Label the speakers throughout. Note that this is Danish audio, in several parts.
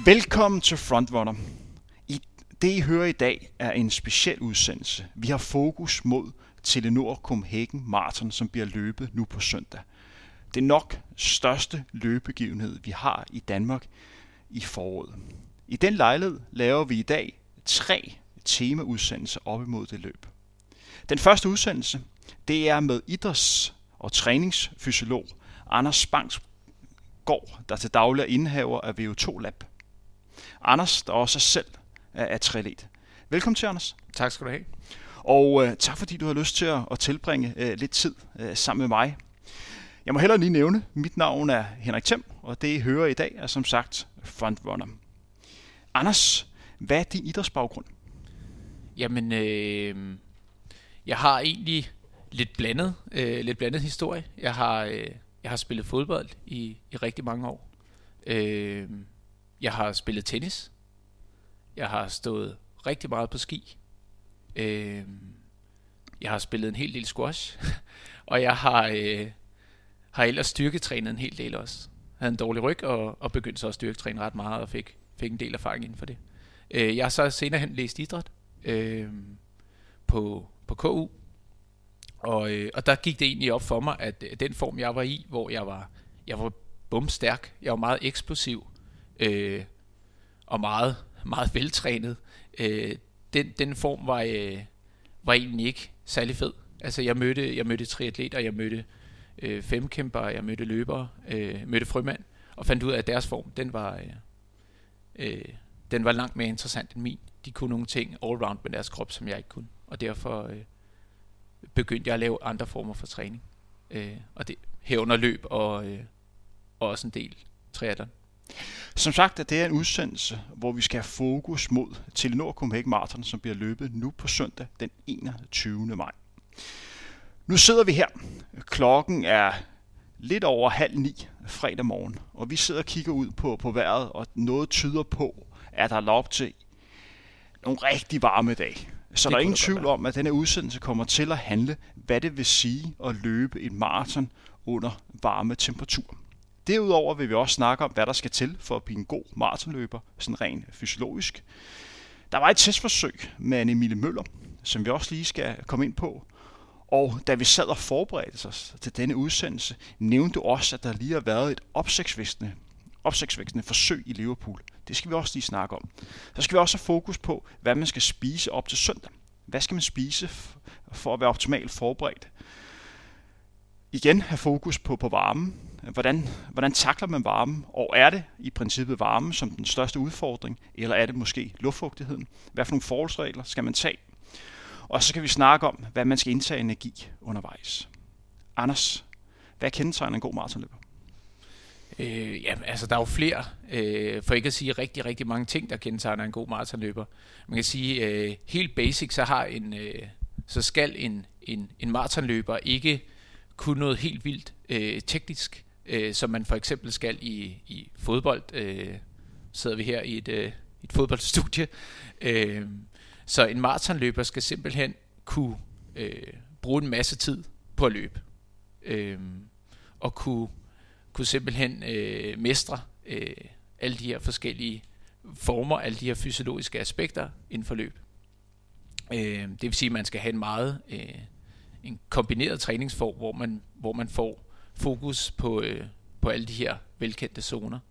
Speaker 1: Velkommen til Frontrunner. Det I hører i dag er en speciel udsendelse. Vi har fokus mod Telenor Copenhagen Marathon, som bliver løbet nu på søndag. Det er nok største løbegivenhed, vi har i Danmark i foråret. I den lejlighed laver vi i dag 3 temaudsendelser op imod det løb. Den første udsendelse, det er med idræts- og træningsfysiolog Anders Bangsgaard, der til daglig er indehaver af VO2 Lab. Anders, der også selv er triatlet. Velkommen til, Anders.
Speaker 2: Tak skal du have.
Speaker 1: Og tak fordi du har lyst til at tilbringe lidt tid sammen med mig. Jeg må hellere lige nævne, mit navn er Henrik Thiem, og det I hører i dag er som sagt Frontrunner. Anders, hvad er din idrætsbaggrund?
Speaker 2: Jamen, jeg har egentlig lidt blandet historie. Jeg har spillet fodbold i rigtig mange år. Jeg har spillet tennis. Jeg har stået rigtig meget på ski. Jeg har spillet en hel del squash. Og jeg har ellers styrketrænet en hel del også. Jeg havde en dårlig ryg og begyndte så at styrketræne ret meget og fik en del erfaring inden for det. Jeg har så senere hen læst idræt på KU. Og der gik det egentlig op for mig, at den form jeg var i, hvor jeg var bumstærk, jeg var meget eksplosiv og meget veltrænet. Den form var egentlig ikke særlig fed. Altså jeg mødte triatleter, jeg mødte femkæmpere, jeg mødte løbere, mødte frømænd og fandt ud af, at deres form den var langt mere interessant end min. De kunne nogle ting all round med deres krop, som jeg ikke kunne, og derfor begyndte jeg at lave andre former for træning, og det herunder løb og også en del triathlon.
Speaker 1: Som sagt, at det er en udsendelse, hvor vi skal have fokus mod Telenor Copenhagen Marathon, som bliver løbet nu på søndag den 21. maj. Nu sidder vi her. Klokken er lidt over 8:30 fredag morgen, og vi sidder og kigger ud på vejret, og noget tyder på, at der er op til nogle rigtig varme dage. Så der er ingen tvivl om, at denne udsendelse kommer til at handle, hvad det vil sige at løbe et maraton under varme temperaturer. Derudover vil vi også snakke om, hvad der skal til for at blive en god maratonløber, sådan rent fysiologisk. Der var et testforsøg med Anne-Emilie Møller, som vi også lige skal komme ind på. Og da vi sad og forberedte os til denne udsendelse, nævnte du også, at der lige har været et opsigtsvækkende forsøg i Liverpool. Det skal vi også lige snakke om. Så skal vi også have fokus på, hvad man skal spise op til søndag. Hvad skal man spise for at være optimalt forberedt? Igen have fokus på varmen. Hvordan takler man varmen? Og er det i princippet varmen som den største udfordring? Eller er det måske luftfugtigheden? Hvad for nogle forholdsregler skal man tage? Og så kan vi snakke om, hvad man skal indtage energi undervejs. Anders, hvad kendetegner en god maratonløber?
Speaker 2: Altså der er jo flere, for ikke at sige rigtig, rigtig mange ting, der kendetegner en god maratonløber. Man kan sige, helt basic, så skal en maratonløber ikke kunne noget helt vildt teknisk, som man for eksempel skal i fodbold. Sidder vi her i et fodboldstudie. Så en maratonløber skal simpelthen kunne bruge en masse tid på at løbe. Og kunne simpelthen mestre alle de her forskellige former, alle de her fysiologiske aspekter inden for løb. Det vil sige, at man skal have en kombineret træningsform, hvor man får fokus på alle de her velkendte zoner.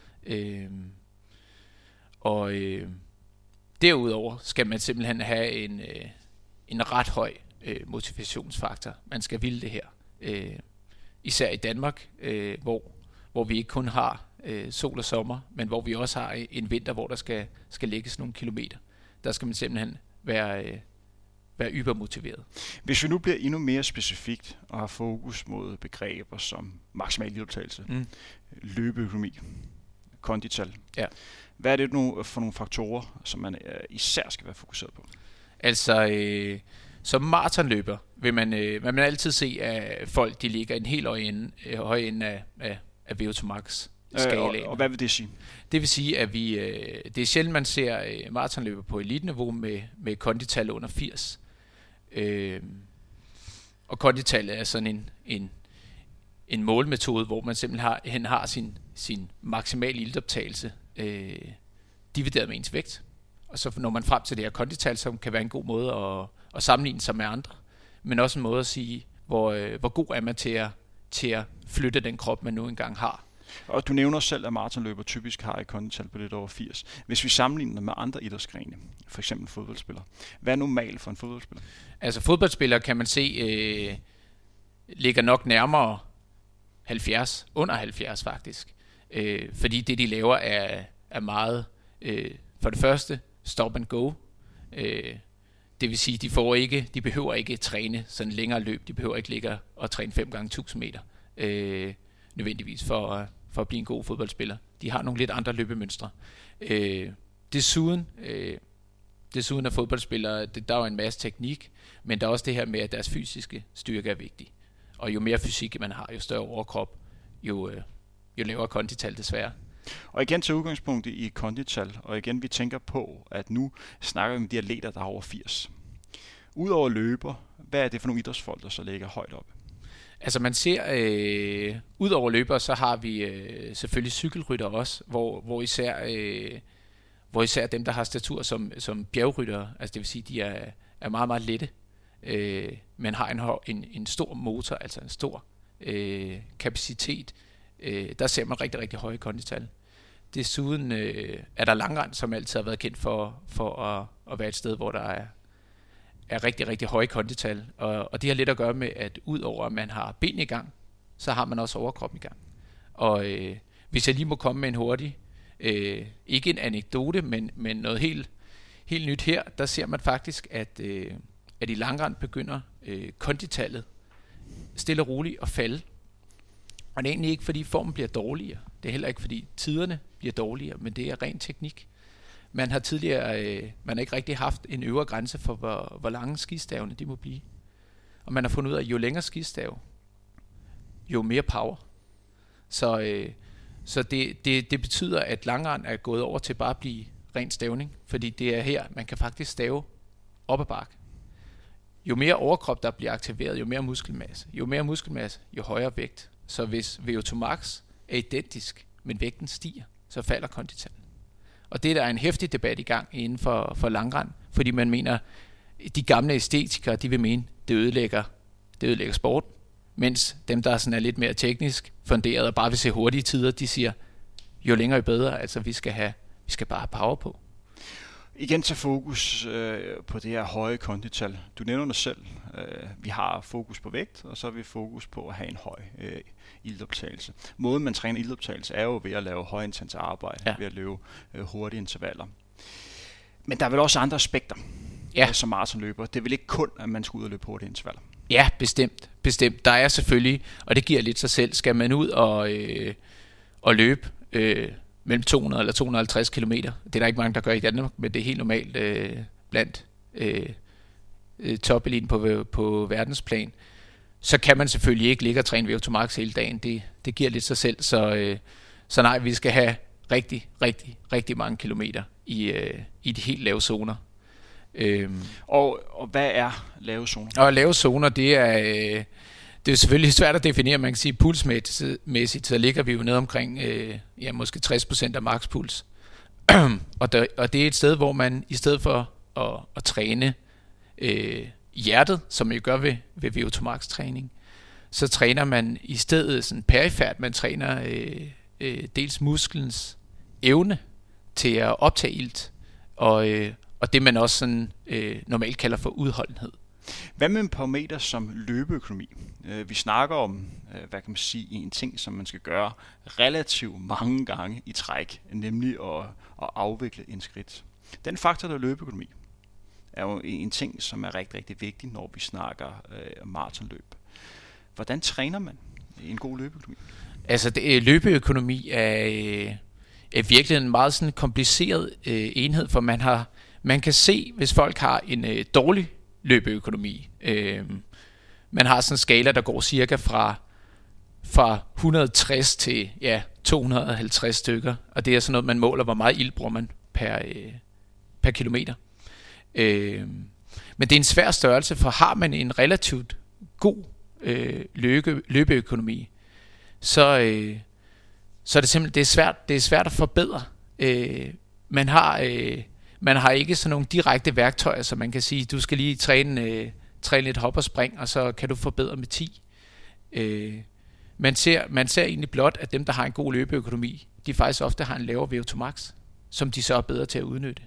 Speaker 2: Derudover skal man simpelthen have en ret høj motivationsfaktor. Man skal ville det her. Især i Danmark, hvor vi ikke kun har sol og sommer, men hvor vi også har en vinter, hvor der skal lægges nogle kilometer. Der skal man simpelthen være ybermotiveret.
Speaker 1: Hvis vi nu bliver endnu mere specifikt og har fokus mod begreber som maksimal ildoptagelse, løbeøkonomi, kondital. Ja. Hvad er det for nogle faktorer, som man især skal være fokuseret på?
Speaker 2: Altså, som maratonløber vil man altid se, at folk de ligger en helt høj ende af VO2 max skalaen.
Speaker 1: Og hvad vil det sige?
Speaker 2: Det vil sige, at det er sjældent, man ser maratonløber på eliteniveau med kondital under 80. Og kondital er sådan en målmetode, hvor man simpelthen har sin maksimal iltoptagelse divideret med ens vægt. Og så når man frem til det her kondital, som kan være en god måde at sammenligne sig med andre, men også en måde at sige, hvor god er man til at flytte den krop, man nu engang har.
Speaker 1: Og du nævner selv, at maratonløber typisk har et kondital på lidt over 80. Hvis vi sammenligner med andre idrætsgrene, for eksempel fodboldspillere, hvad er normalt for en fodboldspiller?
Speaker 2: Altså fodboldspillere kan man se ligger nok nærmere 70, under 70 faktisk. Fordi det de laver er meget, for det første, stop and go. Det vil sige, de behøver ikke træne sådan længere løb. De behøver ikke ligge og træne 5 gange 1000 meter. Nødvendigvis for at blive en god fodboldspiller. De har nogle lidt andre løbemønstre. Desuden af fodboldspillere, der er jo en masse teknik, men der er også det her med, at deres fysiske styrke er vigtig. Og jo mere fysik man har, jo større overkrop, jo lavere kondital desværre.
Speaker 1: Og igen til udgangspunktet i kondital, og igen vi tænker på, at nu snakker vi med de atleter, der er over 80. Udover løber, hvad er det for nogle idrætsfolk, der så ligger højt oppe?
Speaker 2: Altså man ser, ud over løbere, så har vi selvfølgelig cykelrytter også, hvor især dem, der har statur som bjergryttere, altså det vil sige, de er meget, meget lette, men har en stor motor, altså en stor kapacitet. Der ser man rigtig, rigtig høje kondital. Desuden er der langrend, som altid har været kendt for at være et sted, hvor der er rigtig, rigtig høje kondital. Og det har lidt at gøre med, at udover at man har ben i gang, så har man også overkroppen i gang. Og hvis jeg lige må komme med en hurtig, ikke en anekdote, men noget helt nyt her, der ser man faktisk, at i langrend begynder konditallet stille og roligt at falde. Og det er egentlig ikke, fordi formen bliver dårligere. Det er heller ikke, fordi tiderne bliver dårligere, men det er ren teknik. Man har tidligere man har ikke rigtig haft en øvre grænse for, hvor lange skistavene de må blive. Og man har fundet ud af, at jo længere skistav, jo mere power. Så det betyder, at langrend er gået over til bare at blive ren stavning. Fordi det er her, man kan faktisk stave op ad bakke. Jo mere overkrop, der bliver aktiveret, jo mere muskelmasse. Jo mere muskelmasse, jo højere vægt. Så hvis VO2 max er identisk, men vægten stiger, så falder konditallet. Og det er der en heftig debat i gang inden for langrend, fordi man mener, de gamle æstetikere, de vil mene, det ødelægger sporten, mens dem, der sådan er lidt mere teknisk funderet og bare vil se hurtige tider, de siger, jo længere jo bedre, altså vi skal bare have power på.
Speaker 1: Igen til fokus på det her høje kondital. Du nævner det selv. Vi har fokus på vægt, og så har vi fokus på at have en høj ildoptagelse. Måden man træner ildoptagelse er jo ved at lave højintensiv arbejde, ved at løbe hurtige intervaller. Men der er vel også andre aspekter som maratonløber. Det er vel ikke kun, at man skal ud og løbe hurtige intervaller?
Speaker 2: Ja, bestemt. Der er selvfølgelig, og det giver lidt sig selv, skal man ud og løbe mellem 200 eller 250 kilometer. Det er der ikke mange, der gør i Danmark, men det er helt normalt blandt topeliten på verdensplan. Så kan man selvfølgelig ikke ligge og træne VO2 max hele dagen. Det giver lidt sig selv. Så nej, vi skal have rigtig, rigtig, rigtig mange kilometer i de helt lave zoner.
Speaker 1: Og hvad er lave zoner?
Speaker 2: Og lave zoner, det er selvfølgelig svært at definere. Man kan sige, pulsmæssigt, så ligger vi jo nede omkring måske 60% af makspuls. og det er et sted, hvor man i stedet for at træne hjertet, som man jo gør ved VO2 max træning, så træner man i stedet sådan perifert. Man træner dels musklens evne til at optage ilt, og det man også sådan, normalt kalder for udholdenhed.
Speaker 1: Hvad med en parameter som løbeøkonomi? Vi snakker om, hvad kan man sige, en ting, som man skal gøre relativt mange gange i træk, nemlig at afvikle en skridt. Den faktor, der er løbeøkonomi, er jo en ting, som er rigtig, rigtig vigtig, når vi snakker maratonløb. Hvordan træner man en god løbeøkonomi? Altså,
Speaker 2: løbeøkonomi er virkelig en meget sådan kompliceret enhed, for man kan se, hvis folk har en dårlig løbeøkonomi. Man har sådan en skala, der går cirka fra 160 til 250 stykker, og det er sådan noget, man måler, hvor meget ilt bruger man per kilometer. Men det er en svær størrelse, for har man en relativt god løbeøkonomi, så er det simpelthen det er svært at forbedre man har ikke sådan nogle direkte værktøjer, så man kan sige, du skal lige træne lidt hop og spring, og så kan du forbedre med 10. Man ser egentlig blot, at dem, der har en god løbeøkonomi, de faktisk ofte har en lavere VO2 max, som de så er bedre til at udnytte.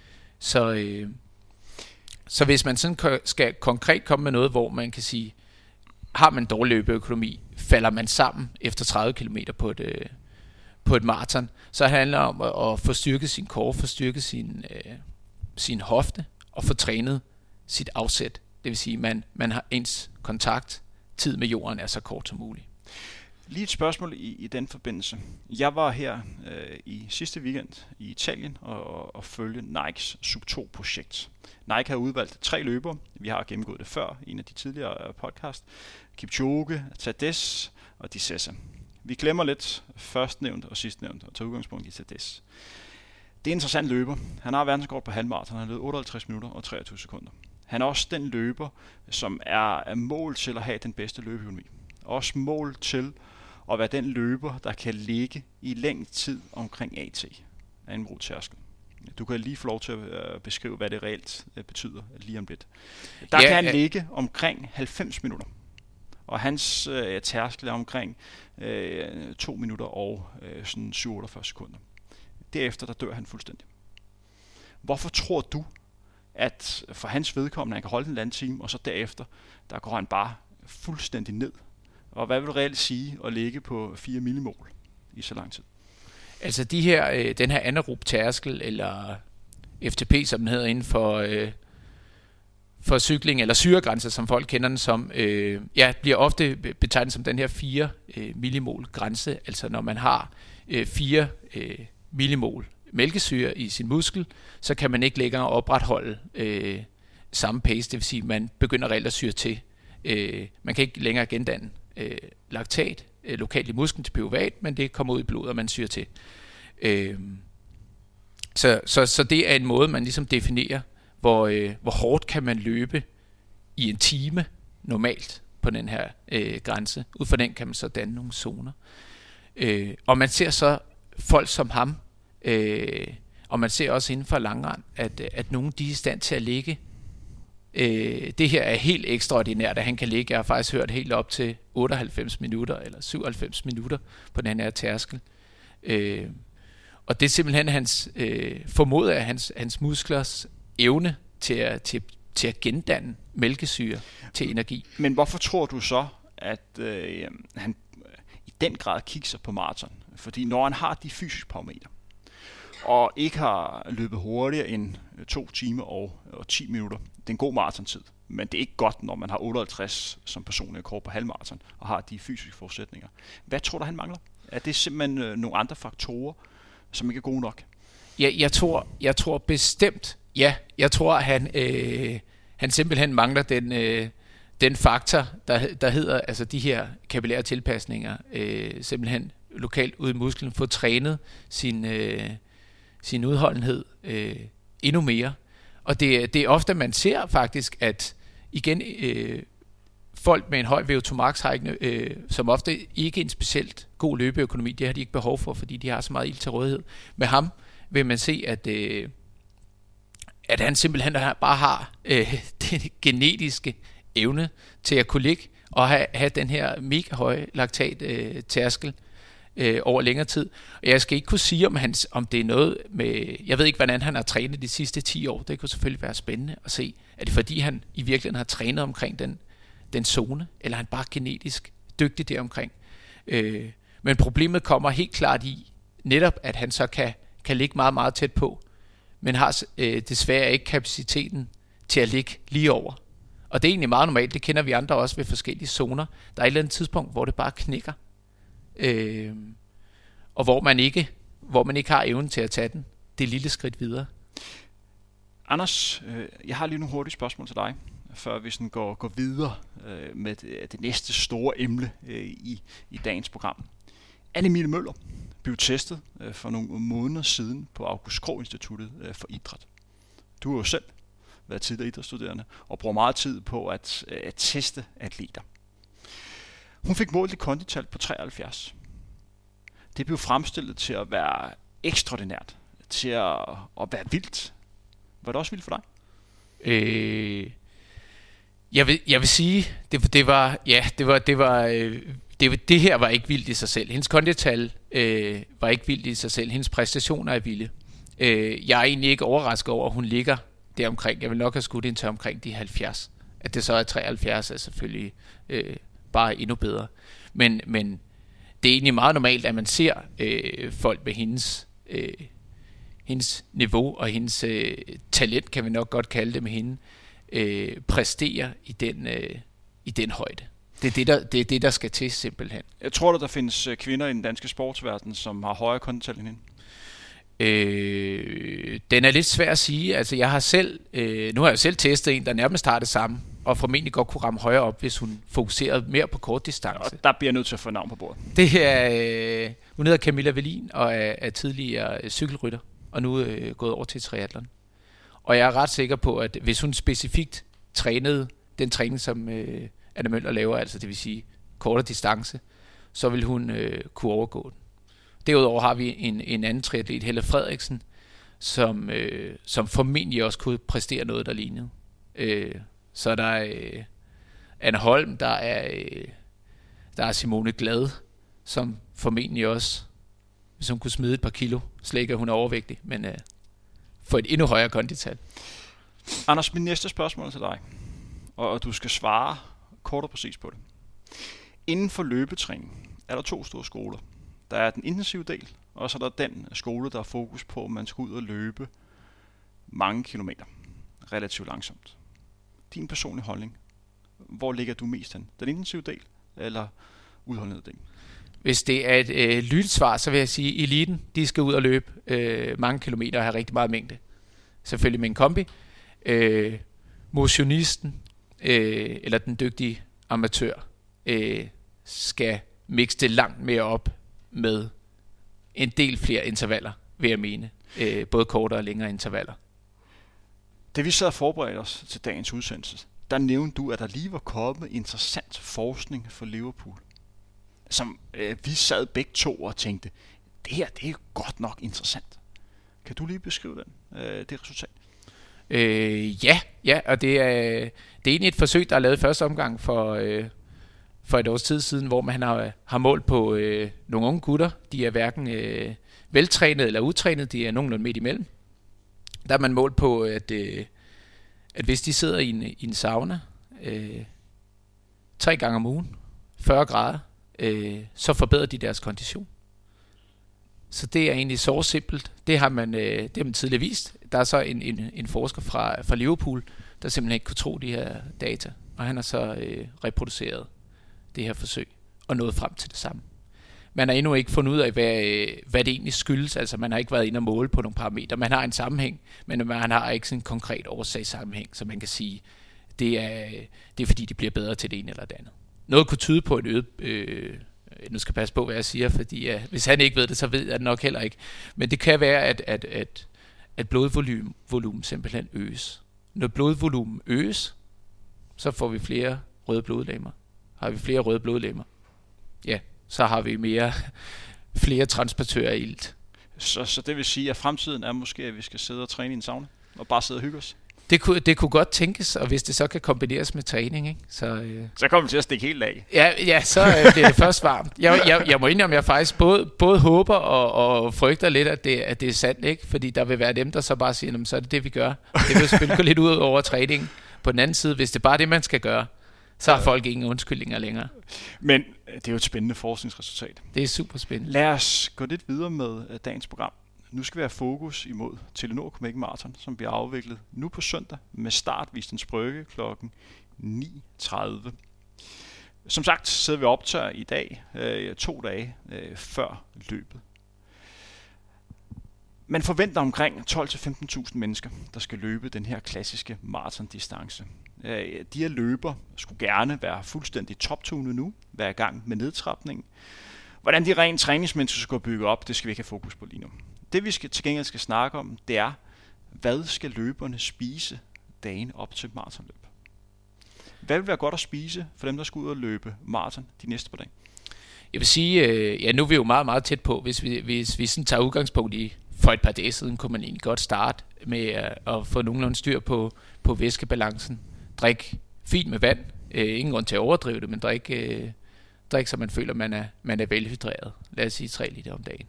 Speaker 2: Så hvis man sådan skal konkret komme med noget, hvor man kan sige, har man dårlig løbeøkonomi, falder man sammen efter 30 km på et maraton, så handler det om at få styrket sin core, få styrket sin hofte, og få trænet sit afsæt. Det vil sige, at man har ens kontakt, tid med jorden er så kort som muligt.
Speaker 1: Lige et spørgsmål i den forbindelse. Jeg var her i sidste weekend i Italien og følge Nikes Sub2-projekt. Nike har udvalgt 3 løbere. Vi har gennemgået det før i en af de tidligere podcast. Kipchoge, Tadej og Dissessa. Vi glemmer lidt førstnævnt og sidstnævnt og tager udgangspunkt i Tadej. Det er en interessant løber. Han har verdensrekord på halvmaraton. Han har løbet 58 minutter og 23 sekunder. Han er også den løber, som er mål til at have den bedste løbeøkonomi. Også mål til at være den løber, der kan ligge i længst tid omkring AT, anden brugtærskel. Du kan lige få lov til at beskrive, hvad det reelt betyder lige om lidt. Der kan han ligge omkring 90 minutter, og hans tærskel er omkring 2 minutter og sådan 47 sekunder. Derefter der dør han fuldstændig. Hvorfor tror du, at for hans vedkommende, han kan holde en anden time, og så derefter, der går han bare fuldstændig ned? Og hvad vil du reelt sige at ligge på 4 millimol i så lang tid?
Speaker 2: Altså den her anaerob tærskel, eller FTP, som den hedder inden for cykling, eller syregrænse, som folk kender den som, bliver ofte betegnet som den her 4 millimol grænse. Altså når man har 4 millimol mælkesyre i sin muskel, så kan man ikke længere opretholde samme pace, det vil sige, at man begynder reelt at syre til. Man kan ikke længere gendanne laktat lokalt i musklen til pyruvat, men det kommer ud i blodet, og man syrer til. Så det er en måde, man ligesom definerer, hvor hårdt kan man løbe i en time normalt på den her grænse. Ud fra den kan man så danne nogle zoner. Og man ser så folk som ham, og man ser også inden for langrend, at nogle de er i stand til at ligge. Det her er helt ekstraordinært, at han kan ligge. Jeg har faktisk hørt helt op til 98 minutter eller 97 minutter på den her tærskel. Og det er simpelthen hans formodet af hans musklers evne til at gendanne mælkesyre til energi.
Speaker 1: Men hvorfor tror du så, at han i den grad kigger på maraton? Fordi når han har de fysiske parametre, og ikke har løbet hurtigere end 2 timer og 10 minutter, det er en god maratontid, men det er ikke godt, når man har 58 som personlig rekord på halvmaraton og har de fysiske forudsætninger. Hvad tror du, han mangler? Er det simpelthen nogle andre faktorer, som ikke er gode nok?
Speaker 2: Ja, jeg tror bestemt, ja. Jeg tror, han simpelthen mangler den faktor, der hedder altså de her kapillære tilpasninger, simpelthen lokalt ude i musklen, få trænet sin udholdenhed endnu mere. Og det er ofte, man ser faktisk, at igen, folk med en høj VO2 max har ikke, som ofte ikke en specielt god løbeøkonomi. Det har de ikke behov for, fordi de har så meget ild til rådighed. Med ham vil man se, at han simpelthen bare har den genetiske evne til at kunne ligge og have den her mega høje laktat-tærskel over længere tid. Og jeg skal ikke kunne sige, om det er noget med... Jeg ved ikke, hvordan han har trænet de sidste 10 år. Det kunne selvfølgelig være spændende at se. Er det fordi, han i virkeligheden har trænet omkring den zone, eller er han bare genetisk dygtig deromkring? Men problemet kommer helt klart i, netop at han så kan ligge meget, meget tæt på, men har desværre ikke kapaciteten til at ligge lige over. Og det er egentlig meget normalt. Det kender vi andre også ved forskellige zoner. Der er et eller andet tidspunkt, hvor det bare knækker. Og hvor man ikke har evnen til at tage det lille skridt videre.
Speaker 1: Anders, jeg har lige nogle hurtige spørgsmål til dig, før vi sådan går videre med det næste store emne i dagens program. Anne-Mille Møller blev testet for nogle måneder siden på August Krogh Instituttet for Idræt. Du har jo selv været tidligere idrætsstuderende og bruger meget tid på at teste atleter. Hun fik målt et kondital på 73. Det blev fremstillet til at være ekstraordinært til at være vildt? Var det også vildt for dig?
Speaker 2: Jeg vil sige, det her var ikke vildt i sig selv. Hendes kondital var ikke vildt i sig selv. Hendes præstationer er vilde. Jeg er egentlig ikke overrasket over, at hun ligger deromkring. Jeg vil nok have skudt hende til omkring de 70. At det så er 73 er selvfølgelig bare endnu bedre. Men det er egentlig meget normalt, at man ser folk med hendes niveau og hendes talent, kan vi nok godt kalde det med hende, præstere i den højde. Det er det, der skal til simpelthen.
Speaker 1: Jeg tror, der findes kvinder i den danske sportsverden, som har højere kondital end hende.
Speaker 2: Den er lidt svær at sige. Altså, nu har jeg selv testet en, der nærmest har det samme, og formentlig godt kunne ramme højere op, hvis hun fokuserede mere på kort distance.
Speaker 1: Og der bliver jeg nødt til at få navn på bordet.
Speaker 2: Det er, hun hedder Camilla Velin og er tidligere cykelrytter, og nu gået over til triathlon. Og jeg er ret sikker på, at hvis hun specifikt trænede den træning, som Anna Møller laver, altså det vil sige kortere distance, så vil hun kunne overgå den. Derudover har vi en anden triatlet, Helle Frederiksen, som formentlig også kunne præstere noget, der lignede. Så der er Anne Holm, der er Simone Glad, som formentlig også, hvis hun kunne smide et par kilo, slet ikke at hun er overvægtig, men for et endnu højere kondital.
Speaker 1: Anders, min næste spørgsmål til dig, og du skal svare kort og præcis på det. Inden for løbetræning er der 2 store skoler. Der er den intensive del, og så er der den skole, der er fokus på, at man skal ud og løbe mange kilometer, relativt langsomt. Din personlige holdning, hvor ligger du mest hen? Den intensive del, eller udholdenhed del?
Speaker 2: Hvis det er et lytsvar, så vil jeg sige, at eliten, de skal ud og løbe mange kilometer og have rigtig meget mængde. Selvfølgelig med en kombi. Motionisten, eller den dygtige amatør, skal mixe det langt mere op med en del flere intervaller, vil jeg mene. Både kortere og længere intervaller.
Speaker 1: Da vi sad og forberedte os til dagens udsendelse, der nævnte du, at der lige var kommet interessant forskning for Liverpool. Som vi sad begge to og tænkte, det her, det er godt nok interessant. Kan du lige beskrive det resultat?
Speaker 2: Ja, og det er egentlig et forsøg, der er lavet i første omgang for et års tid siden, hvor man har målt på nogle unge gutter. De er hverken veltrænede eller utrænede, de er nogenlunde midt imellem. Der er man målt på, at hvis de sidder i en sauna 3 gange om ugen, 40 grader, så forbedrer de deres kondition. Så det er egentlig så simpelt. Det har man tidligere vist. Der er så en forsker fra Liverpool, der simpelthen ikke kunne tro de her data, og han har så reproduceret det her forsøg og nået frem til det samme. Man har endnu ikke fundet ud af, hvad det egentlig skyldes. Altså man har ikke været inde og måle på nogle parametre. Man har en sammenhæng, men man har ikke sådan en konkret årsagssammenhæng, så man kan sige, det er fordi, de bliver bedre til det ene eller det andet. Noget kunne tyde på en øget... nu skal jeg passe på, hvad jeg siger, fordi hvis han ikke ved det, så ved jeg det nok heller ikke. Men det kan være, at blodvolumen simpelthen øges. Når blodvolumen øges, så får vi flere røde blodlegemer. Har vi flere røde blodlegemer, ja, så har vi flere transportører i ilt.
Speaker 1: Så det vil sige, at fremtiden er måske, at vi skal sidde og træne i en sauna, og bare sidde og hygge os?
Speaker 2: Det kunne godt tænkes, og hvis det så kan kombineres med træning, ikke?
Speaker 1: Så kommer vi til at stikke helt af.
Speaker 2: Ja, så bliver det først varmt. Jeg må indrømme, at jeg faktisk både håber og frygter lidt, at det er sandt, ikke? Fordi der vil være dem, der så bare siger, så er det vi gør. Det vil selvfølgelig gå lidt ud over træningen. På den anden side, hvis det bare er det, man skal gøre, så har folk ingen undskyldninger længere.
Speaker 1: Men det er jo et spændende forskningsresultat.
Speaker 2: Det er super spændende.
Speaker 1: Lad os gå lidt videre med dagens program. Nu skal vi have fokus imod Telenor Copenhagen Marathon, som bliver afviklet nu på søndag med start Vistens Brygge kl. 9.30. Som sagt sidder vi optager i dag 2 dage før løbet. Man forventer omkring 12-15.000 mennesker, der skal løbe den her klassiske maratondistance. De her løber skulle gerne være fuldstændig toptunet nu, være i gang med nedtrapningen. Hvordan de rent træningsmæssigt skal bygge op, det skal vi ikke have fokus på lige nu. Det vi til gengæld skal snakke om, det er, hvad skal løberne spise dagen op til maratonløb? Hvad vil være godt at spise for dem, der skal ud og løbe maraton de næste par dage?
Speaker 2: Jeg vil sige, nu er vi jo meget, meget tæt på, hvis vi sådan tager udgangspunkt i for et par dage siden kunne man egentlig godt starte med at få nogenlunde styr på væskebalancen. Drik fint med vand. Ingen grund til at overdrive det, men drik så man føler, man er velhydreret. Lad os sige 3 liter om dagen.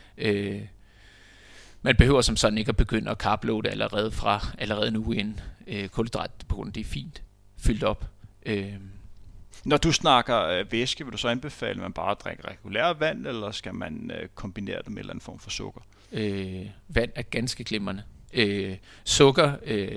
Speaker 2: Man behøver som sådan ikke at begynde at carbloade allerede nu, inden kulhydrat på grund af det er fint fyldt op.
Speaker 1: Når du snakker væske, vil du så anbefale, at man bare drikker regulært vand, eller skal man kombinere det med en eller anden form for sukker?
Speaker 2: Vand er ganske glimrende. Sukker,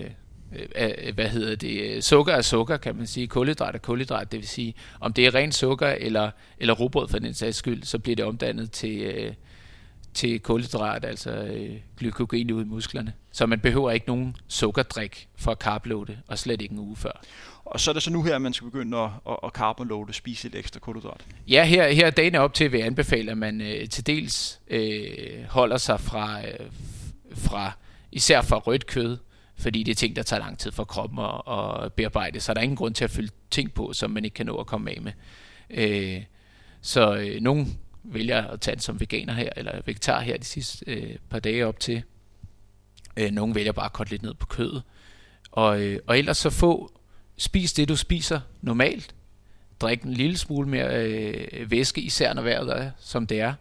Speaker 2: sukker er sukker, kan man sige. Kulhydrat er kulhydrat, det vil sige, om det er ren sukker eller rugbrød for den sags skyld, så bliver det omdannet til kulhydrat, altså glykogen ud i musklerne. Så man behøver ikke nogen sukkerdrik for at carbloade, og slet ikke en uge før.
Speaker 1: Og så er det så nu her, at man skal begynde at carbloade, spise lidt ekstra kulhydrat?
Speaker 2: Ja, her dagen er op til, vil jeg anbefale, at man til dels holder sig fra især fra rødt kød, fordi det er ting, der tager lang tid for kroppen at bearbejde, så der er ingen grund til at fylde ting på, som man ikke kan nå at komme af med. Så nogen vælger at tage det som veganer her, eller vegetar her de sidste par dage op til. Nogen vælger bare at korte lidt ned på kødet. Og ellers så spis det, du spiser normalt. Drik en lille smule mere væske, især når vejret er, som det er.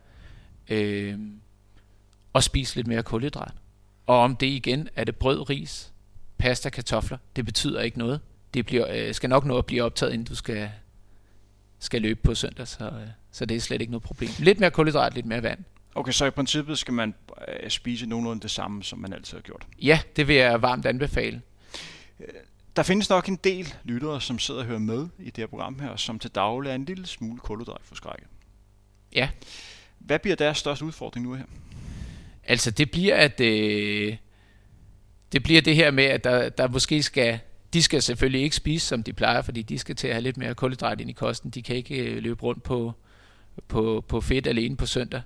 Speaker 2: Og spis lidt mere kulhydrat. Og om det igen er det brød, ris, pasta, kartofler, det betyder ikke noget. Det skal nok nå at blive optaget, inden du skal løbe på søndag, så det er slet ikke noget problem. Lidt mere kulhydrat, lidt mere vand.
Speaker 1: Okay, så i princippet skal man spise nogenlunde det samme, som man altid har gjort?
Speaker 2: Ja, det vil jeg varmt anbefale.
Speaker 1: Der findes nok en del lyttere, som sidder og hører med i det her program her, som til daglig er en lille smule kulhydratforskrækket.
Speaker 2: Ja.
Speaker 1: Hvad bliver deres største udfordring nu her?
Speaker 2: Altså det bliver det her med, at der måske de skal selvfølgelig ikke spise, som de plejer, fordi de skal til at have lidt mere kulhydrat ind i kosten. De kan ikke løbe rundt på fedt alene på søndag.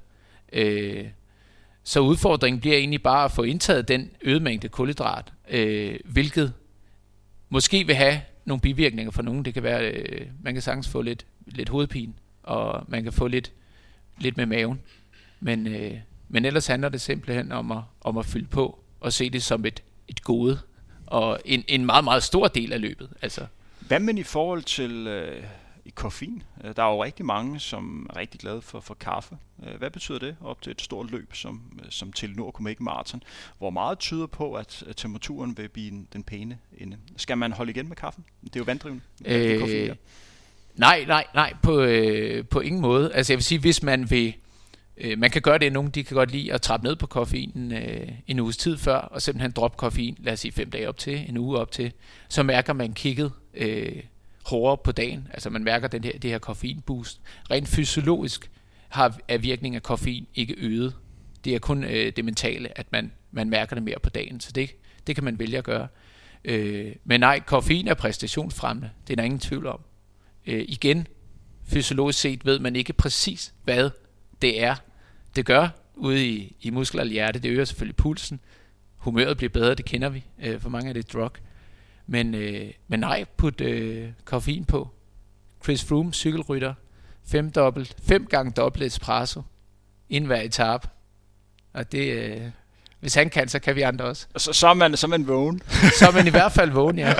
Speaker 2: Så udfordringen bliver egentlig bare at få indtaget den øgede mængde kulhydrat, hvilket måske vil have nogle bivirkninger for nogen. Det kan være, man kan sagtens få lidt hovedpine, og man kan få lidt med maven. Men ellers handler det simpelthen om at fylde på og se det som et gode og en meget, meget stor del af løbet. Altså.
Speaker 1: Hvad med i forhold til koffein? Der er jo rigtig mange, som er rigtig glade for kaffe. Hvad betyder det op til et stort løb som Telenor Copenhagen Marathon, hvor meget tyder på, at temperaturen vil blive den pæne ende? Skal man holde igen med kaffen? Det er jo vanddrivende.
Speaker 2: Nej, på ingen måde. Altså jeg vil sige, hvis man vil... Man kan gøre det, nogen de kan godt lide at trappe ned på koffeinen en uges tid før, og simpelthen droppe koffein, lad os sige 5 dage op til, en uge op til, så mærker man kicket hårdere på dagen, altså man mærker det her koffeinboost. Rent fysiologisk er virkningen af koffein ikke øget. Det er kun det mentale, at man mærker det mere på dagen, så det kan man vælge at gøre. Men nej, koffein er præstationsfremmende, det er der ingen tvivl om. Igen, fysiologisk set ved man ikke præcis, hvad det gør ude i muskler og hjerte. Det øger selvfølgelig pulsen. Humøret bliver bedre, det kender vi. For mange er det drug. Men nej, put koffein på. Chris Froome, cykelrytter. 5 gange dobbelt espresso. Inden hver etape. Og det... hvis han kan, så kan vi andre også.
Speaker 1: Så er man vågen.
Speaker 2: Så er man i hvert fald vågen, ja.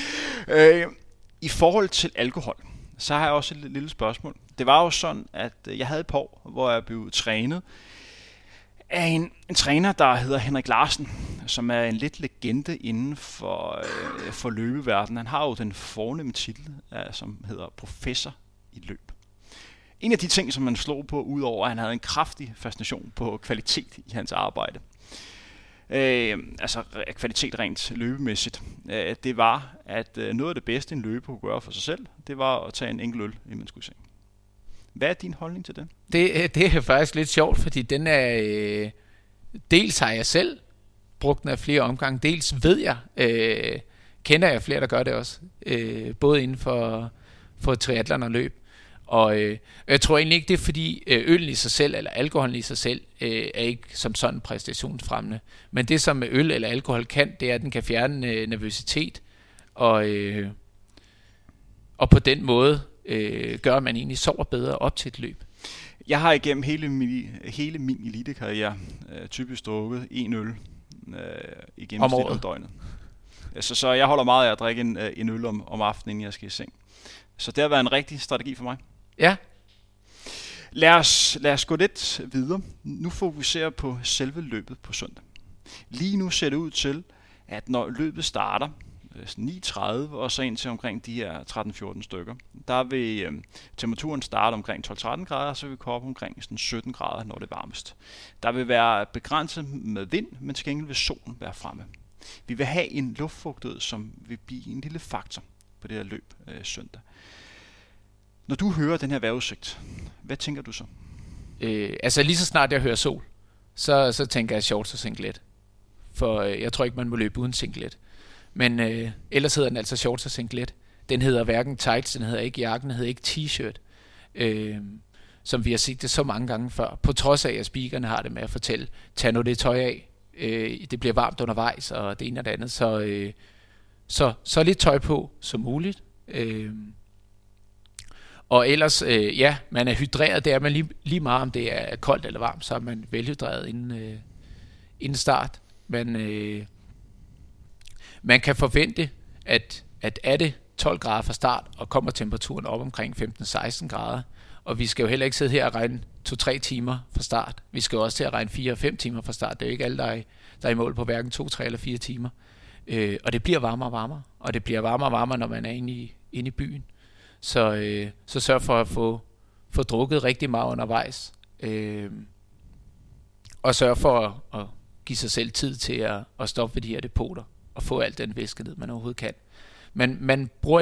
Speaker 1: I forhold til alkohol, så har jeg også et lille spørgsmål. Det var jo sådan, at jeg havde et par år, hvor jeg blev trænet af en træner, der hedder Henrik Larsen, som er en lidt legende inden for løbeverdenen. Han har jo den fornemme titel, som hedder professor i løb. En af de ting, som man slog på, udover at han havde en kraftig fascination på kvalitet i hans arbejde, altså kvalitet rent løbemæssigt, det var, at noget af det bedste en løber kunne gøre for sig selv, det var at tage en enkelt øl, inden man skulle i seng. Hvad er din holdning til det?
Speaker 2: Det er faktisk lidt sjovt, fordi den er... dels har jeg selv brugt den af flere omgange, dels ved jeg, kender jeg flere, der gør det også, både inden for triathlon og løb. Og jeg tror egentlig ikke, det er fordi øllen i sig selv, eller alkoholen i sig selv, er ikke som sådan præstationsfremmende. Men det som øl eller alkohol kan, det er, at den kan fjerne nervøsitet, og på den måde gør, at man egentlig sover bedre op til et løb.
Speaker 1: Jeg har igennem hele min elitekarriere typisk drukket en øl i gennemsnit om døgnet. Så jeg holder meget af at drikke en øl om aftenen, inden jeg skal i seng. Så det har været en rigtig strategi for mig.
Speaker 2: Ja.
Speaker 1: Lad os gå lidt videre. Nu fokuserer på selve løbet på søndag. Lige nu ser det ud til, at når løbet starter 9:30 og så ind til omkring de her 13-14 stykker, der vil temperaturen starte omkring 12-13 grader, så vil vi komme op omkring 17 grader, når det er varmest. Der vil være begrænset med vind, men til gengæld vil solen være fremme. Vi vil have en luftfugtighed, som vil blive en lille faktor på det her løb søndag. Når du hører den her vejrudsigt, hvad tænker du så?
Speaker 2: Altså lige så snart jeg hører sol, så tænker jeg shorts og singlet. For jeg tror ikke, man må løbe uden singlet. Men ellers hedder den altså shorts og singlet. Den hedder hverken tights, den hedder ikke jakken, den hedder ikke t-shirt. Som vi har set det så mange gange før. På trods af, at speakerne har det med at fortælle, tag nu det tøj af. Det bliver varmt undervejs, og det ene og det andet. Så lidt tøj på som muligt. Og ellers, man er hydreret. Det er man lige meget, om det er koldt eller varmt, så er man velhydreret inden start. Man kan forvente, at er det 12 grader fra start, og kommer temperaturen op omkring 15-16 grader, og vi skal jo heller ikke sidde her og regne 2-3 timer fra start. Vi skal jo også til at regne 4-5 timer fra start. Det er jo ikke alle, der er i mål på hverken 2, 3 eller 4 timer. Og det bliver varmere og varmere, og det bliver varmere og varmere, når man er inde i byen. Så sørg for at få drukket rigtig meget undervejs. Og sørg for at give sig selv tid til at stoppe ved de her depoter og få alt den væske ned, man overhovedet kan. Men man bruger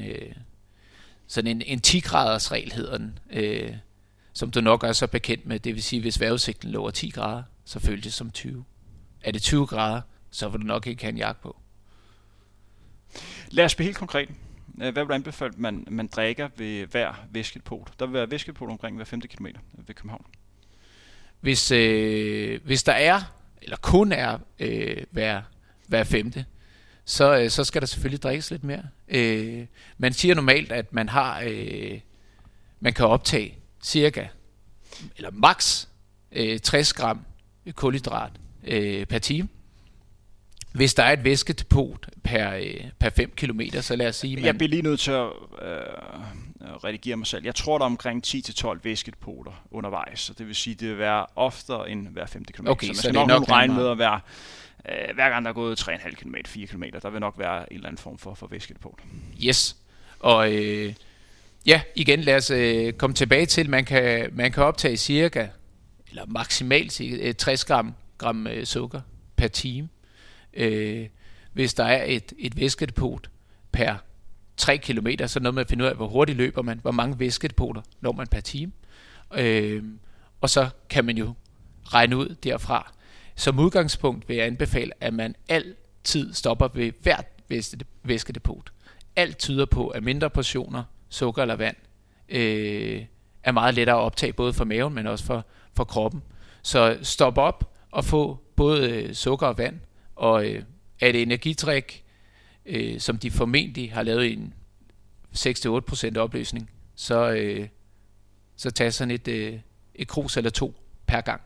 Speaker 2: en 10 graders regel, hedder den, som du nok er så bekendt med. Det vil sige, hvis vejrudsigten lover 10 grader, så føles det som 20. Er det 20 grader, så vil du nok ikke have en jakke på.
Speaker 1: Lad os blive helt konkret. Hvad vil du anbefale, man drikker ved hver væskedepot? Der vil være væskedepot omkring hver 5. kilometer ved København.
Speaker 2: Hvis der er, eller kun er hver 5., så skal der selvfølgelig drikkes lidt mere. Man siger normalt, at man kan optage cirka, eller max 60 gram kulhydrat per time. Hvis der er et væskedepot per 5 kilometer, så lad os sige...
Speaker 1: Jeg bliver lige nødt til at redigere mig selv. Jeg tror, der er omkring 10-12 væskedepoter undervejs, så det vil sige, det vil være oftere end hver 5. kilometer.
Speaker 2: Okay,
Speaker 1: så man skal nok regne med at være... hver gang der er gået 3,5 km, 4 km, der vil nok være en eller anden form for væskedepot.
Speaker 2: Yes. Og igen, lad os komme tilbage til, man kan optage cirka, eller maksimalt 60 gram sukker per time. Hvis der er et væskedepot per 3 km, så er noget med at finde ud af, hvor hurtigt løber man, hvor mange væskedepoter når man per time. Og så kan man jo regne ud derfra. Som udgangspunkt vil jeg anbefale, at man altid stopper ved hvert væskedepot. Alt tyder på, at mindre portioner sukker eller vand er meget lettere at optage, både for maven, men også for kroppen. Så stop op og få både sukker og vand, og er det energidrik, som de formentlig har lavet i en 6-8% opløsning, så tag sådan et krus eller 2 per gang.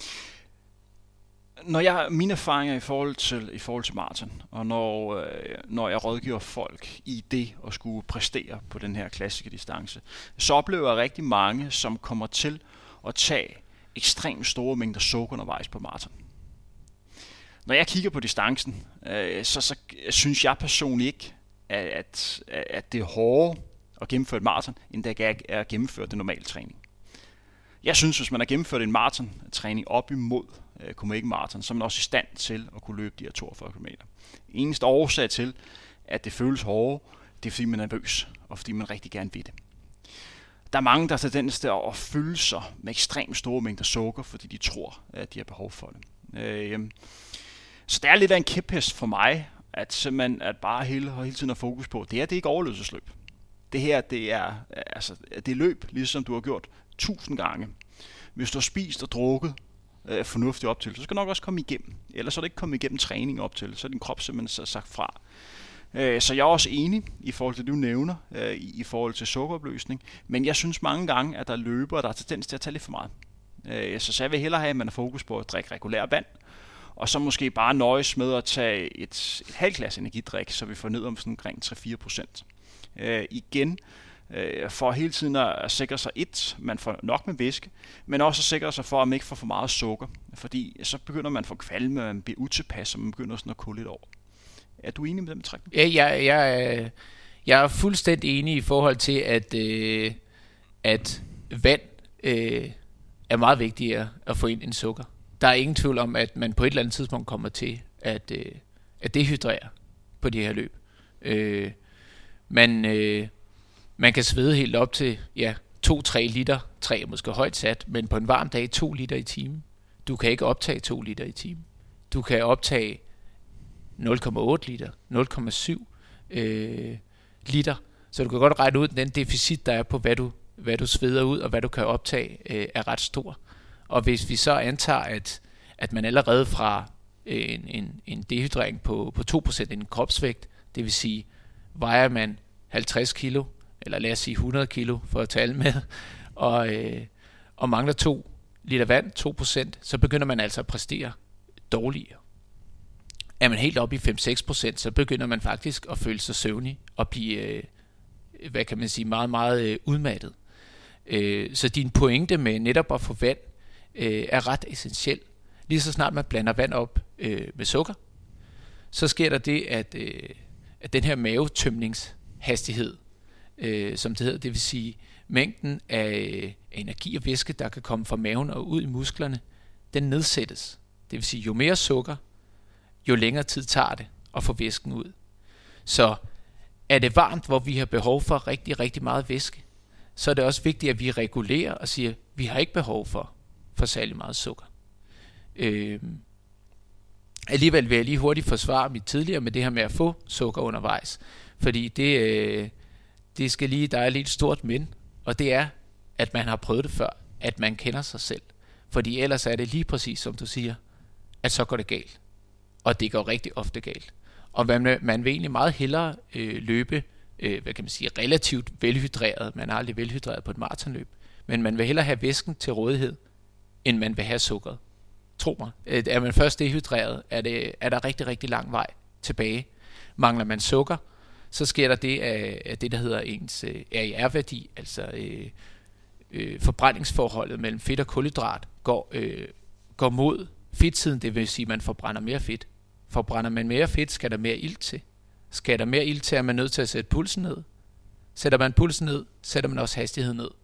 Speaker 1: Mine erfaringer i forhold til maraton, og når jeg rådgiver folk i det at skulle præstere på den her klassiske distance, så oplever jeg rigtig mange, som kommer til at tage ekstremt store mængder sukker undervejs på maraton. Når jeg kigger på distancen, så synes jeg personligt ikke, at det er hårdere at gennemføre et maraton, end det er at gennemføre det normale træning. Jeg synes, hvis man har gennemført en maraton-træning op imod Copenhagen Marathon, så er man også i stand til at kunne løbe de her 42 km. Eneste årsag til, at det føles hårdere, det er fordi man er nervøs, og fordi man rigtig gerne vil det. Der er mange, der har tendens til at fylde sig med ekstremt store mængder sukker, fordi de tror, at de har behov for det. Så det er lidt af en kæphest for mig, at bare hele tiden har fokus på, det er ikke overlevelsesløb. Det her, det er løb, ligesom du har gjort 1000 gange. Hvis du har spist og drukket fornuftigt op til, så skal du nok også komme igennem. Ellers er det ikke kommet igennem træning op til, så er din krop simpelthen sagt fra. Så jeg er også enig i forhold til det, du nævner, i forhold til sukkeropløsning. Men jeg synes mange gange, at der er løbere, der har tendens til at tage lidt for meget. Så jeg vil hellere have, at man har fokus på at drikke regulær vand, og så måske bare nøjes med at tage et halvt glas energidrik, så vi får ned om sådan omkring 3-4%. Igen, for hele tiden at sikre sig man får nok med væske, men også at sikre sig for, at man ikke får for meget sukker, fordi så begynder man at få kvalme, og man bliver utilpas, og man begynder sådan at kulde lidt over. Er du enig med den betragtning?
Speaker 2: Ja, jeg er fuldstændig enig i forhold til, at vand er meget vigtigere at få ind end sukker. Der er ingen tvivl om, at man på et eller andet tidspunkt kommer til at dehydrere på de her løb. Man kan svede helt op til 2-3 liter, 3 er måske højt sat, men på en varm dag 2 liter i timen. Du kan ikke optage 2 liter i timen. Du kan optage 0,8 liter, 0,7 liter. Så du kan godt regne ud, den deficit, der er på, hvad du sveder ud, og hvad du kan optage, er ret stor. Og hvis vi så antager, at man allerede fra en dehydrering på 2% af en kropsvægt, det vil sige, vejer man 50 kilo, eller lad os sige 100 kilo for at tale med, og mangler 2 liter vand, 2%, så begynder man altså at præstere dårligere. Er man helt oppe i 5-6%, så begynder man faktisk at føle sig søvnig og blive, hvad kan man sige, meget, meget udmattet. Så din pointe med netop at få vand er ret essentiel. Lige så snart man blander vand op med sukker, så sker der det, at den her mavetømningshastighed, som det hedder, det vil sige mængden af energi og væske, der kan komme fra maven og ud i musklerne, den nedsættes. Det vil sige, jo mere sukker, jo længere tid tager det at få væsken ud. Så er det varmt, hvor vi har behov for rigtig, rigtig meget væske, så er det også vigtigt, at vi regulerer og siger, at vi har ikke behov for særlig meget sukker. Alligevel vil jeg lige hurtigt forsvare mit tidligere med det her med at få sukker undervejs, fordi det skal lige, der er lidt stort men, og det er, at man har prøvet det før, at man kender sig selv. Fordi ellers er det lige præcis, som du siger, at så går det galt. Og det går rigtig ofte galt. Og man vil egentlig meget hellere løbe, hvad kan man sige, relativt velhydreret. Man er aldrig velhydreret på et maratonløb. Men man vil hellere have væsken til rådighed, end man vil have sukkeret. Tro mig. Er man først dehydreret, er der rigtig, rigtig lang vej tilbage. Mangler man sukker, så sker der det, at det der hedder ens RIR-værdi, altså forbrændingsforholdet mellem fedt og kulhydrat, går mod fedtsiden, det vil sige, at man forbrænder mere fedt. Forbrænder man mere fedt, skal der mere ilt til. Skal der mere ilt til, er man nødt til at sætte pulsen ned. Sætter man pulsen ned, sætter man også hastigheden ned.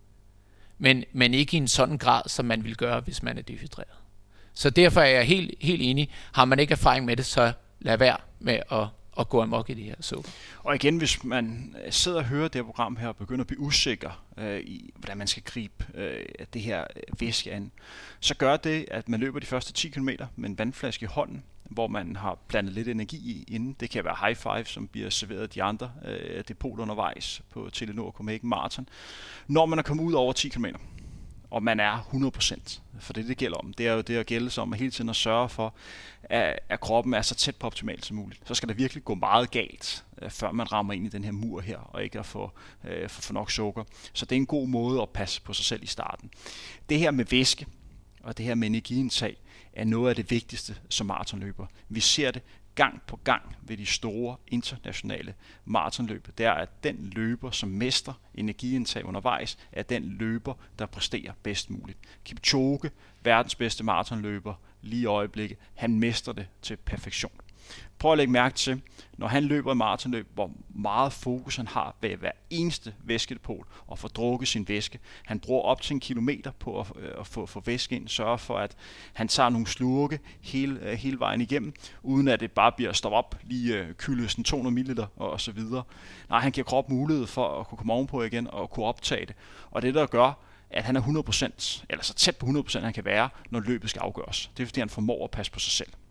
Speaker 2: Men ikke i en sådan grad, som man vil gøre, hvis man er dehydreret. Så derfor er jeg helt enig. Har man ikke erfaring med det, så lad være med at gå amok i det her sukker.
Speaker 1: Og igen, hvis man sidder og hører det her program her og begynder at blive usikker i, hvordan man skal gribe det her væske an, så gør det, at man løber de første 10 km med en vandflaske i hånden, hvor man har blandet lidt energi i inden. Det kan være High Five, som bliver serveret af de andre depoter undervejs på Telenor Copenhagen Marathon. Når man er kommet ud over 10 km, og man er 100%, for det gælder om. Det er jo det at gælde sig om at hele tiden at sørge for, at kroppen er så tæt på optimalt som muligt. Så skal der virkelig gå meget galt, før man rammer ind i den her mur her, og ikke at få nok sukker. Så det er en god måde at passe på sig selv i starten. Det her med væske, og det her med energiindtag, er noget af det vigtigste som maratonløber. Vi ser det gang på gang ved de store internationale maratonløb. Det er, at den løber, som mestrer energiindtag undervejs, er den løber, der præsterer bedst muligt. Kipchoge, verdens bedste maratonløber, lige i øjeblikket, han mestrer det til perfektion. Prøv at lægge mærke til, når han løber i maratonløb, hvor meget fokus han har ved hver eneste væskedepot og få drukket sin væske. Han bruger op til 1 kilometer på at få væske ind, sørge for, at han tager nogle slurke hele vejen igennem, uden at det bare bliver stoppet op, lige kylde sådan 200 ml og så videre. Nej, han giver kroppen mulighed for at kunne komme ovenpå igen og kunne optage det. Og det der gør, at han er 100%, eller så tæt på 100% han kan være, når løbet skal afgøres. Det er fordi han formår at passe på sig selv.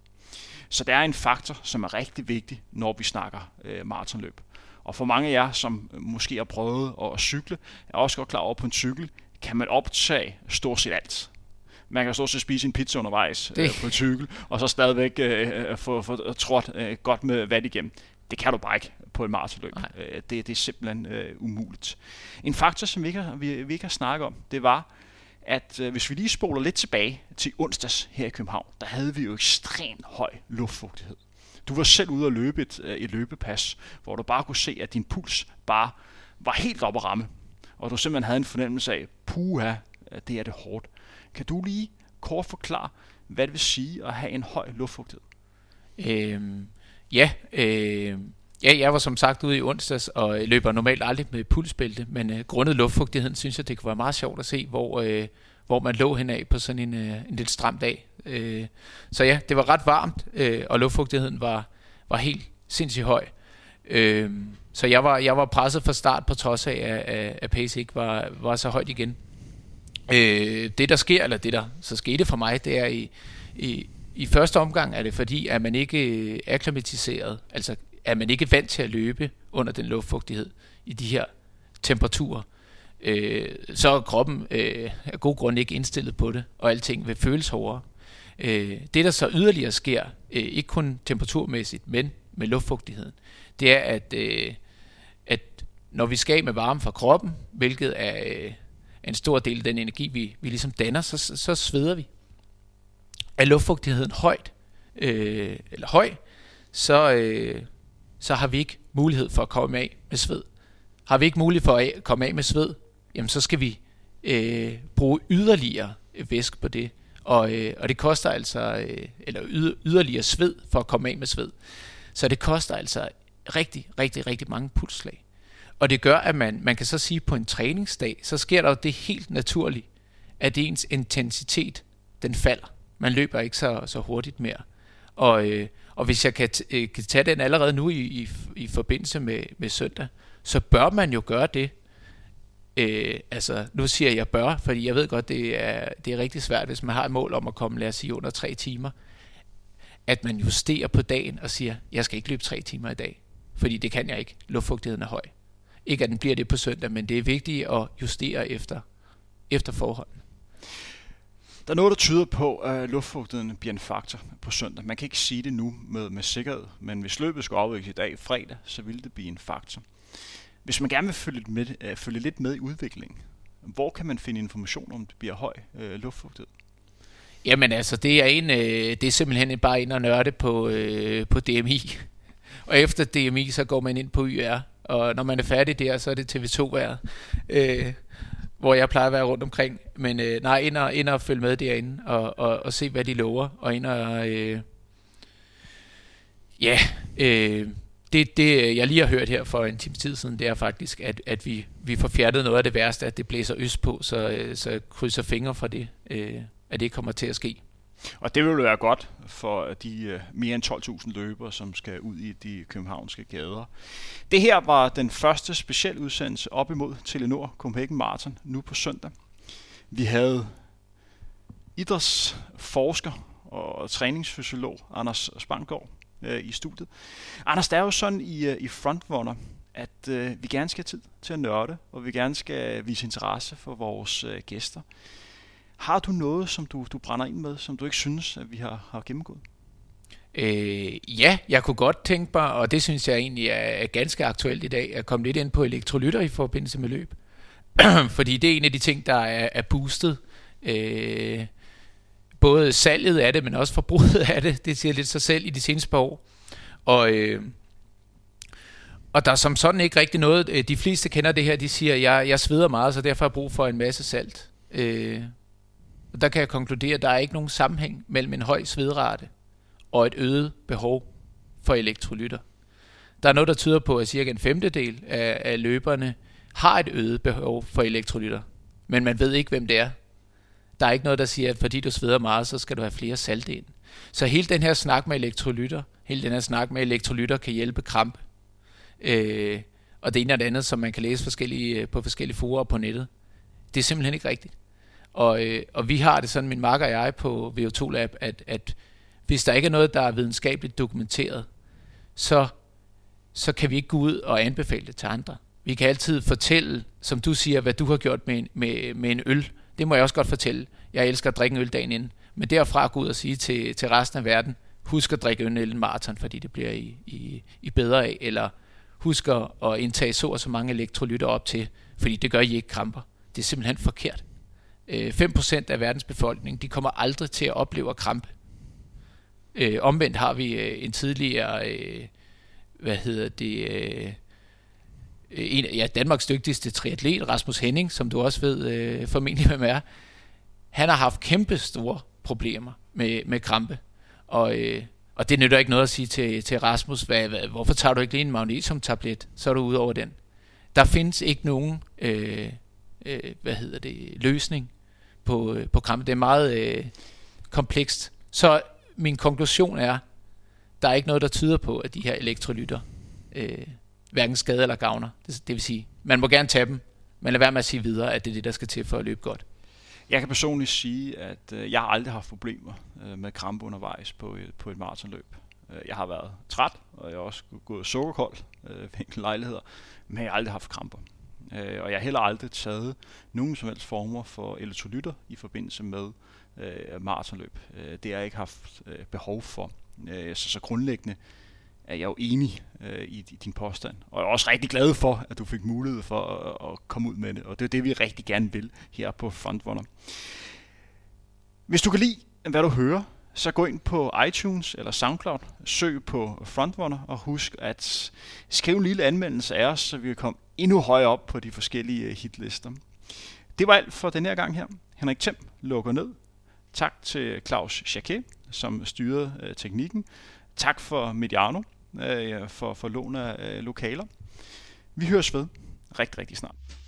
Speaker 1: Så det er en faktor, som er rigtig vigtig, når vi snakker maratonløb. Og for mange af jer, som måske har prøvet at cykle, er også godt klar over, på en cykel kan man optage stort set alt. Man kan stort set spise en pizza undervejs på en cykel, og så stadigvæk få trådt godt med vand igennem. Det kan du bare ikke på et maratonløb. Det er simpelthen umuligt. En faktor, som vi ikke har snakket om, det var, at hvis vi lige spoler lidt tilbage til onsdags her i København, der havde vi jo ekstremt høj luftfugtighed. Du var selv ude at løbe et løbepas, hvor du bare kunne se, at din puls bare var helt oppe at ramme. Og du simpelthen havde en fornemmelse af, puha, det er det hårdt. Kan du lige kort forklare, hvad det vil sige at have en høj luftfugtighed?
Speaker 2: Jeg var som sagt ude i onsdags og løber normalt aldrig med pulsbælte, men grundet luftfugtigheden synes jeg, det kunne være meget sjovt at se, hvor man lå henad på sådan en lidt stram dag. Så ja, det var ret varmt, og luftfugtigheden var helt sindssygt høj. Så jeg var presset fra start på trods af, at pace ikke var så højt igen. Det der sker, eller det der så skete for mig, det er i første omgang er det fordi, at man ikke er akklimatiseret, altså er man ikke vant til at løbe under den luftfugtighed i de her temperaturer, så er kroppen af god grund ikke indstillet på det, og alting vil føles hårdere. Det der så yderligere sker, ikke kun temperaturmæssigt, men med luftfugtigheden, det er at når vi skal af med varme fra kroppen, hvilket er en stor del af den energi vi ligesom danner, så sveder vi. Er luftfugtigheden høj, så har vi ikke mulighed for at komme af med sved. Har vi ikke mulighed for at komme af med sved, jamen så skal vi bruge yderligere væske på det, og det koster altså yderligere sved for at komme af med sved. Så det koster altså rigtig, rigtig, rigtig mange pulsslag. Og det gør, at man kan så sige, på en træningsdag, så sker der jo det helt naturligt, at ens intensitet, den falder. Man løber ikke så hurtigt mere. Og hvis jeg kan tage den allerede nu i forbindelse med søndag, så bør man jo gøre det. Altså, nu siger jeg bør, fordi jeg ved godt, det er rigtig svært, hvis man har et mål om at komme, lad os sige, under 3 timer, at man justerer på dagen og siger, jeg skal ikke løbe 3 timer i dag, fordi det kan jeg ikke. Luftfugtigheden er høj. Ikke at den bliver det på søndag, men det er vigtigt at justere efter forholdene.
Speaker 1: Der er noget, der tyder på, at luftfugtigheden bliver en faktor på søndag. Man kan ikke sige det nu med sikkerhed, men hvis løbet skal afvikles i dag, fredag, så vil det blive en faktor. Hvis man gerne vil følge lidt med i udviklingen, hvor kan man finde information om det bliver høj luftfugtighed?
Speaker 2: Jamen altså, det er simpelthen bare ind og nørde på DMI. Og efter DMI, så går man ind på YR. Og når man er færdig der, så er det TV2-været, hvor jeg plejer at være rundt omkring. Men ind og følge med derinde og se, hvad de lover. Og ind og... Det jeg lige har hørt her for en times tid siden, det er faktisk, at vi får fjertet noget af det værste, at det blæser øst på, så krydser fingre for det, at det kommer til at ske.
Speaker 1: Og det vil jo være godt for de mere end 12.000 løbere, som skal ud i de københavnske gader. Det her var den første speciel udsendelse op imod Telenor Copenhagen Marathon nu på søndag. Vi havde idrætsforsker og træningsfysiolog Anders Spanggaard i studiet. Anders, der er jo sådan i frontrunner, at vi gerne skal have tid til at nørde, og vi gerne skal vise interesse for vores gæster. Har du noget, som du brænder ind med, som du ikke synes, at vi har gennemgået?
Speaker 2: Ja, jeg kunne godt tænke mig, og det synes jeg egentlig er ganske aktuelt i dag, at komme lidt ind på elektrolytter i forbindelse med løb. Fordi det er en af de ting, der er boostet. Både salget af det, men også forbruget af det. Det siger lidt sig selv i de seneste par år. Og der er som sådan ikke rigtig noget. De fleste kender det her, de siger, jeg sveder meget, så derfor har jeg brug for en masse salt. Og der kan jeg konkludere, at der er ikke nogen sammenhæng mellem en høj svedrate og et øget behov for elektrolytter. Der er noget, der tyder på, at cirka en femtedel af løberne har et øget behov for elektrolytter. Men man ved ikke, hvem det er. Der er ikke noget, der siger, at fordi du sveder meget, så skal du have flere salte ind. Så hele den her snak med elektrolytter, kan hjælpe krampe. Og det ene og det andet, som man kan læse på forskellige forer på nettet. Det er simpelthen ikke rigtigt. Og vi har det sådan, min makker og jeg på VO2 Lab, at hvis der ikke er noget, der er videnskabeligt dokumenteret, så kan vi ikke gå ud og anbefale det til andre. Vi kan altid fortælle, som du siger, hvad du har gjort med en øl. Det må jeg også godt fortælle. Jeg elsker at drikke en øl dagen inden. Men derfra gå ud og sige til resten af verden, husk at drikke øl maraton, fordi det bliver I bedre af, eller husk at indtage så og så mange elektrolytter op til, fordi det gør I ikke kramper. Det er simpelthen forkert. 5% af verdens befolkning, de kommer aldrig til at opleve krampe. Omvendt har vi en tidligere, Danmarks dygtigste triatlet, Rasmus Henning, som du også ved formentlig hvem er. Han har haft kæmpe store problemer med krampe, og det nytter ikke noget at sige til Rasmus, hvorfor tager du ikke lige en magnesiumtablet, så er du ude over den. Der findes ikke nogen løsning på krampe. Det er meget komplekst. Så min konklusion er, der er ikke noget, der tyder på, at de her elektrolytter hverken skader eller gavner. Det vil sige, man må gerne tage dem, men lad være med at sige videre, at det er det, der skal til for at løbe godt.
Speaker 1: Jeg kan personligt sige, at jeg har aldrig haft problemer med krampe undervejs på et maratonløb. Jeg har været træt, og jeg har også gået sukkerkold ved enkelte lejligheder, men jeg har aldrig haft kramper. Og jeg har heller aldrig taget nogen som helst former for elektrolytter i forbindelse med maratonløb. Det har jeg ikke haft behov for. Så grundlæggende er jeg jo enig i din påstand. Og jeg er også rigtig glad for, at du fik mulighed for at komme ud med det. Og det er det, vi rigtig gerne vil her på Frontrunner. Hvis du kan lide, hvad du hører, så gå ind på iTunes eller SoundCloud, søg på Frontrunner, og husk at skrive en lille anmeldelse af os, så vi kan komme endnu højere op på de forskellige hitlister. Det var alt for den her gang her. Henrik Thiem lukker ned. Tak til Claus Jacquet, som styrede teknikken. Tak for Mediano for lån af lokaler. Vi høres ved rigtig, rigtig snart.